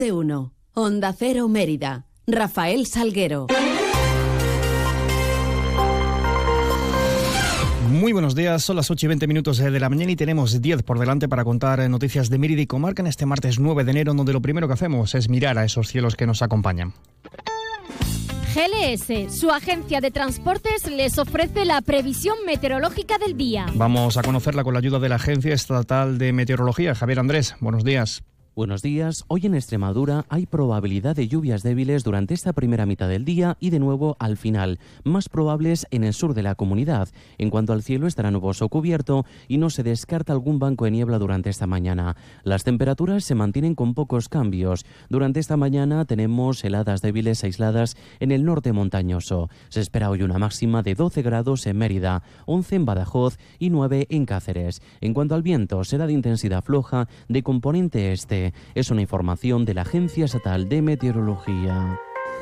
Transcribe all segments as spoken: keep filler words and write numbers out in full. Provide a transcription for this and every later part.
De uno. Onda Cero Mérida. Rafael Salguero. Muy buenos días, son las ocho y veinte minutos de la mañana y tenemos diez por delante para contar noticias de Mérida y comarca en este martes nueve de enero, donde lo primero que hacemos es mirar a esos cielos que nos acompañan. G L S, su agencia de transportes, les ofrece la previsión meteorológica del día. Vamos a conocerla con la ayuda de la Agencia Estatal de Meteorología. Javier Andrés, buenos días. Buenos días. Hoy en Extremadura hay probabilidad de lluvias débiles durante esta primera mitad del día y de nuevo al final, más probables en el sur de la comunidad. En cuanto al cielo, estará nuboso cubierto y no se descarta algún banco de niebla durante esta mañana. Las temperaturas se mantienen con pocos cambios. Durante esta mañana tenemos heladas débiles aisladas en el norte montañoso. Se espera hoy una máxima de doce grados en Mérida, once en Badajoz y nueve en Cáceres. En cuanto al viento, será de intensidad floja de componente este. Es una información de la Agencia Estatal de Meteorología.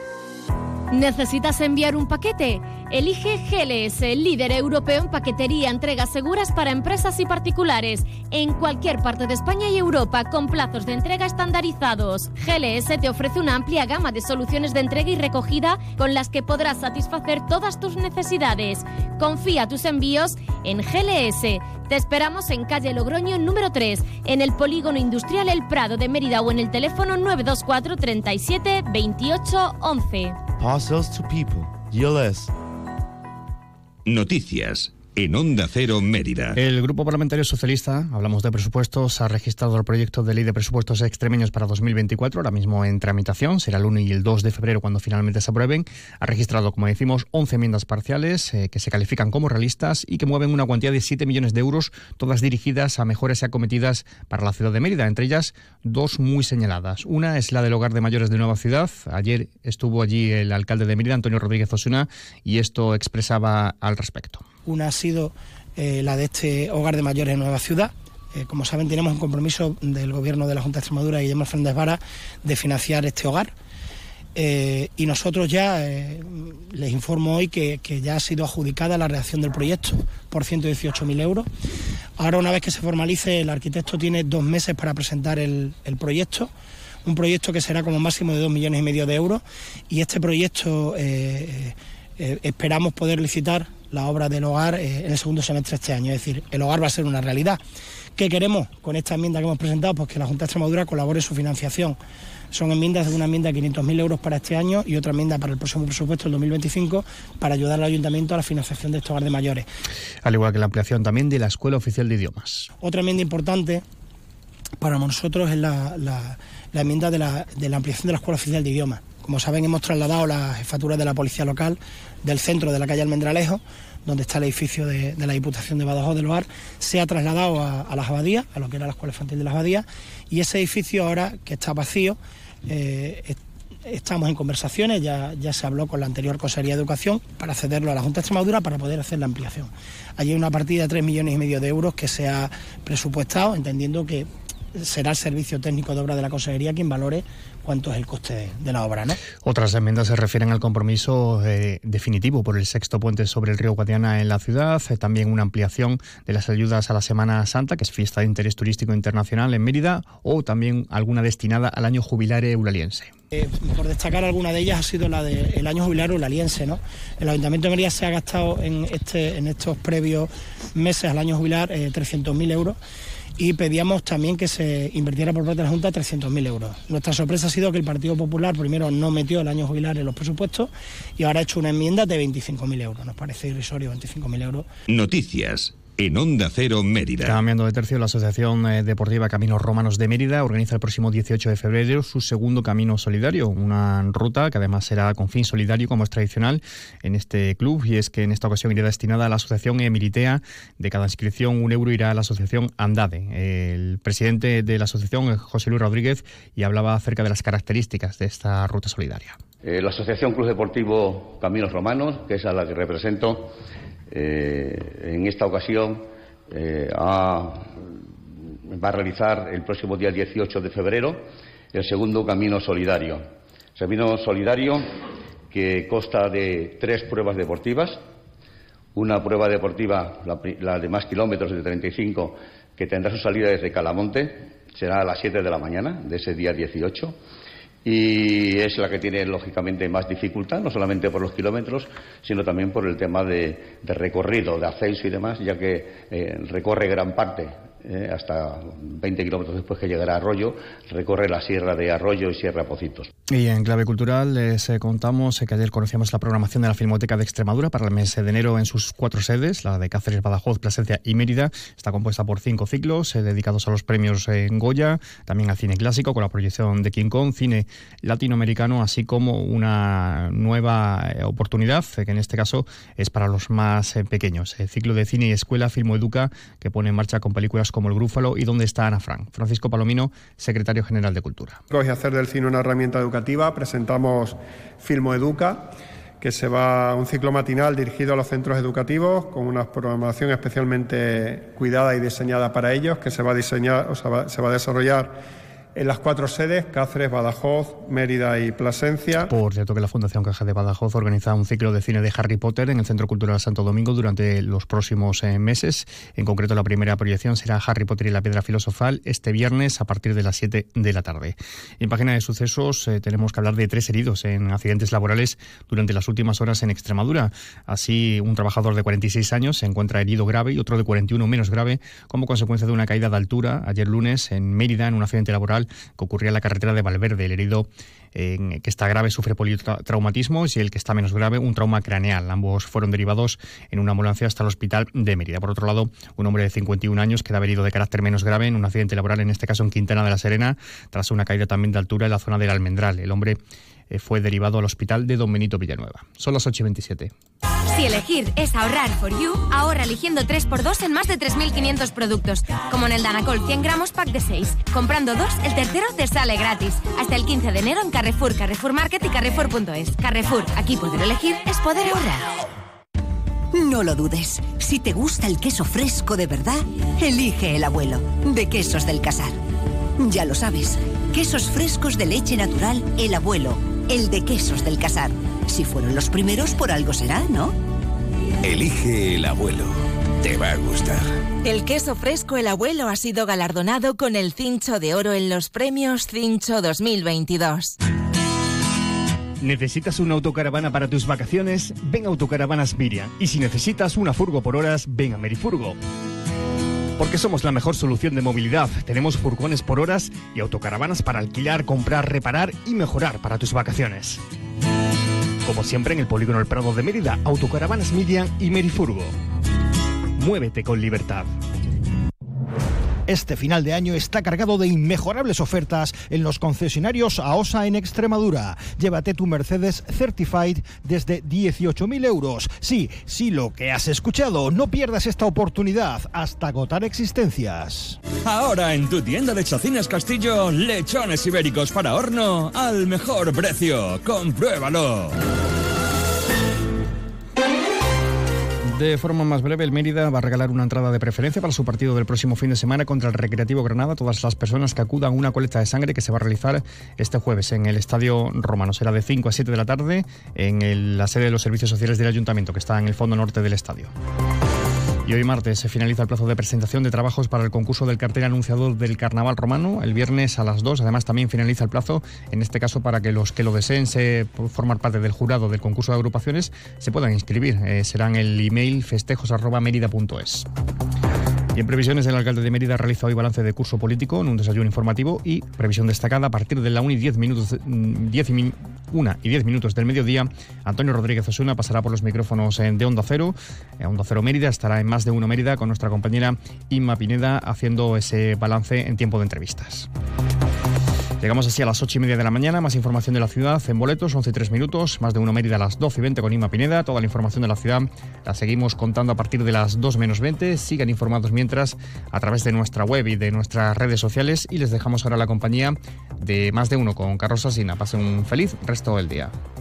¿Necesitas enviar un paquete? Elige G L S, líder europeo en paquetería, entregas seguras para empresas y particulares, en cualquier parte de España y Europa, con plazos de entrega estandarizados. G L S te ofrece una amplia gama de soluciones de entrega y recogida con las que podrás satisfacer todas tus necesidades. Confía tus envíos en G L S. Te esperamos en calle Logroño número tres, en el Polígono Industrial El Prado de Mérida o en el teléfono nueve dos cuatro, treinta y siete, veintiocho, once. Parcels to people. G L S. Noticias en Onda Cero Mérida. El Grupo Parlamentario Socialista, hablamos de presupuestos, ha registrado el proyecto de ley de presupuestos extremeños para dos mil veinticuatro, ahora mismo en tramitación, será el uno y el dos de febrero cuando finalmente se aprueben. Ha registrado, como decimos, once enmiendas parciales eh, que se califican como realistas y que mueven una cuantía de siete millones de euros, todas dirigidas a mejoras y acometidas para la ciudad de Mérida, entre ellas dos muy señaladas. Una es la del hogar de mayores de Nueva Ciudad. Ayer estuvo allí el alcalde de Mérida, Antonio Rodríguez Osuna, y esto expresaba al respecto. Una ha sido eh, la de este hogar de mayores en Nueva Ciudad. Eh, como saben, tenemos un compromiso del Gobierno de la Junta de Extremadura, Guillermo Fernández Vara, de financiar este hogar. Eh, y nosotros ya eh, les informo hoy que, que ya ha sido adjudicada la redacción del proyecto por ciento dieciocho mil euros. Ahora, una vez que se formalice, el arquitecto tiene dos meses para presentar el, el proyecto. Un proyecto que será como máximo de dos millones y medio de euros. Y este proyecto eh, eh, esperamos poder licitar la obra del hogar eh, en el segundo semestre de este año. Es decir, el hogar va a ser una realidad. ¿Qué queremos con esta enmienda que hemos presentado? Pues que la Junta de Extremadura colabore en su financiación. Son enmiendas de una enmienda de quinientos mil euros para este año y otra enmienda para el próximo presupuesto, el dos mil veinticinco, para ayudar al Ayuntamiento a la financiación de este hogar de mayores. Al igual que la ampliación también de la Escuela Oficial de Idiomas. Otra enmienda importante para nosotros es la, la, la enmienda de la, de la ampliación de la Escuela Oficial de Idiomas. Como saben, hemos trasladado las jefaturas de la Policía Local del centro de la calle Almendralejo, donde está el edificio de, de la Diputación de Badajoz del Hogar, se ha trasladado a, a las Abadías, a lo que era la Escuela Infantil de las Abadías, y ese edificio ahora que está vacío, eh, est- estamos en conversaciones, ya, ya se habló con la anterior Consejería de Educación para cederlo a la Junta de Extremadura para poder hacer la ampliación. Allí hay una partida de tres millones y medio de euros que se ha presupuestado, entendiendo que será el Servicio Técnico de Obra de la Consejería quien valore cuánto es el coste de, de la obra, ¿no? Otras enmiendas se refieren al compromiso eh, definitivo por el sexto puente sobre el río Guadiana en la ciudad, eh, también una ampliación de las ayudas a la Semana Santa, que es fiesta de interés turístico internacional en Mérida, o también alguna destinada al año jubilar eulaliense. Eh, por destacar alguna de ellas ha sido la del año jubilar eulaliense, ¿no? El Ayuntamiento de Mérida se ha gastado en, este, en estos previos meses al año jubilar eh, trescientos mil euros. Y pedíamos también que se invirtiera por parte de la Junta trescientos mil euros. Nuestra sorpresa ha sido que el Partido Popular primero no metió el año jubilar en los presupuestos y ahora ha hecho una enmienda de veinticinco mil euros. Nos parece irrisorio veinticinco mil euros. Noticias en Onda Cero Mérida. Cambiando de tercio, la Asociación Deportiva Caminos Romanos de Mérida organiza el próximo dieciocho de febrero su segundo Camino Solidario, una ruta que además será con fin solidario como es tradicional en este club, y es que en esta ocasión irá destinada a la Asociación Emilitea. De cada inscripción un euro irá a la Asociación Andade. El presidente de la asociación es José Luis Rodríguez y hablaba acerca de las características de esta ruta solidaria. Eh, la Asociación Club Deportivo Caminos Romanos, que es a la que represento, Eh, en esta ocasión eh, ha, va a realizar el próximo día dieciocho de febrero el segundo Camino Solidario. Camino Solidario que consta de tres pruebas deportivas, una prueba deportiva, la, la de más kilómetros de treinta y cinco, que tendrá su salida desde Calamonte, será a las siete de la mañana de ese día dieciocho, y es la que tiene lógicamente más dificultad, no solamente por los kilómetros, sino también por el tema de, de recorrido, de acceso y demás, ya que eh, recorre gran parte, eh, hasta veinte kilómetros después que llegará a Arroyo, recorre la Sierra de Arroyo y Sierra Pocitos. Y en clave cultural les eh, contamos eh, que ayer conocíamos la programación de la Filmoteca de Extremadura para el mes de enero en sus cuatro sedes, la de Cáceres, Badajoz, Plasencia y Mérida. Está compuesta por cinco ciclos eh, dedicados a los premios en eh, Goya, también al cine clásico con la proyección de King Kong, cine latinoamericano, así como una nueva eh, oportunidad eh, que en este caso es para los más eh, pequeños. El ciclo de cine y escuela Filmoeduca, que pone en marcha con películas como El Grúfalo y ¿Dónde está Ana Frank? Francisco Palomino, secretario general de Cultura. Y hacer del cine una herramienta educativa, presentamos Filmoeduca, que se va a un ciclo matinal dirigido a los centros educativos con una programación especialmente cuidada y diseñada para ellos, que se va a diseñar, o sea, va, se va a desarrollar en las cuatro sedes, Cáceres, Badajoz, Mérida y Plasencia. Por cierto que la Fundación Caja de Badajoz organiza un ciclo de cine de Harry Potter en el Centro Cultural Santo Domingo durante los próximos eh, meses. En concreto, la primera proyección será Harry Potter y la Piedra Filosofal este viernes a partir de las siete de la tarde. En página de sucesos eh, tenemos que hablar de tres heridos en accidentes laborales durante las últimas horas en Extremadura. Así, un trabajador de cuarenta y seis años se encuentra herido grave y otro de cuarenta y uno menos grave como consecuencia de una caída de altura ayer lunes en Mérida en un accidente laboral que ocurría en la carretera de Valverde. El herido eh, que está grave sufre politraumatismos y el que está menos grave un trauma craneal. Ambos fueron derivados en una ambulancia hasta el hospital de Mérida. Por otro lado, un hombre de cincuenta y un años queda herido de carácter menos grave en un accidente laboral, en este caso en Quintana de la Serena, tras una caída también de altura en la zona del Almendral. El hombre eh, fue derivado al hospital de Don Benito Villanueva. Son las ocho y veintisiete. Si elegir es ahorrar for you, ahorra eligiendo tres por dos en más de tres mil quinientos productos, como en el Danacol cien gramos pack de seis. Comprando dos, el tercero te sale gratis. Hasta el quince de enero en Carrefour, Carrefour Market y Carrefour punto es. Carrefour, aquí poder elegir es poder ahorrar. No lo dudes, si te gusta el queso fresco de verdad, elige El Abuelo, de Quesos del Casar. Ya lo sabes, quesos frescos de leche natural El Abuelo, el de Quesos del Casar. Si fueron los primeros, por algo será, ¿no? Elige El Abuelo. Te va a gustar. El queso fresco El Abuelo ha sido galardonado con el Cincho de Oro en los premios Cincho dos mil veintidós. ¿Necesitas una autocaravana para tus vacaciones? Ven a Autocaravanas Miriam. Y si necesitas una furgo por horas, ven a Merifurgo. Porque somos la mejor solución de movilidad. Tenemos furgones por horas y autocaravanas para alquilar, comprar, reparar y mejorar para tus vacaciones. Como siempre en el Polígono El Prado de Mérida, Autocaravanas Miriam y Merifurgo. Muévete con libertad. Este final de año está cargado de inmejorables ofertas en los concesionarios AOSA en Extremadura. Llévate tu Mercedes Certified desde dieciocho mil euros. Sí, sí, lo que has escuchado. No pierdas esta oportunidad hasta agotar existencias. Ahora en tu tienda de Chacinas Castillo, lechones ibéricos para horno al mejor precio. ¡Compruébalo! De forma más breve, el Mérida va a regalar una entrada de preferencia para su partido del próximo fin de semana contra el Recreativo Granada a todas las personas que acudan a una colecta de sangre que se va a realizar este jueves en el Estadio Romano. Será de cinco a siete de la tarde en el, la sede de los servicios sociales del Ayuntamiento, que está en el fondo norte del estadio. Y hoy martes se finaliza el plazo de presentación de trabajos para el concurso del cartel anunciador del Carnaval Romano. El viernes a las dos, además también finaliza el plazo, en este caso para que los que lo deseen se, formar parte del jurado del concurso de agrupaciones se puedan inscribir. Eh, será en el email festejos arroba merida punto es. Y en previsiones, el alcalde de Mérida realiza hoy balance de curso político en un desayuno informativo y previsión destacada a partir de la una y diez minutos, diez y una y diez minutos del mediodía. Antonio Rodríguez Osuna pasará por los micrófonos de Onda Cero. Onda Cero Mérida estará en Más de Uno Mérida con nuestra compañera Inma Pineda haciendo ese balance en tiempo de entrevistas. Llegamos así a las ocho y media de la mañana. Más información de la ciudad en boletos, once y tres minutos. Más de Uno Mérida a las doce y veinte con Inma Pineda. Toda la información de la ciudad la seguimos contando a partir de las dos menos veinte. Sigan informados mientras a través de nuestra web y de nuestras redes sociales. Y les dejamos ahora la compañía de Más de Uno con Carlos Asina. Pasen un feliz resto del día.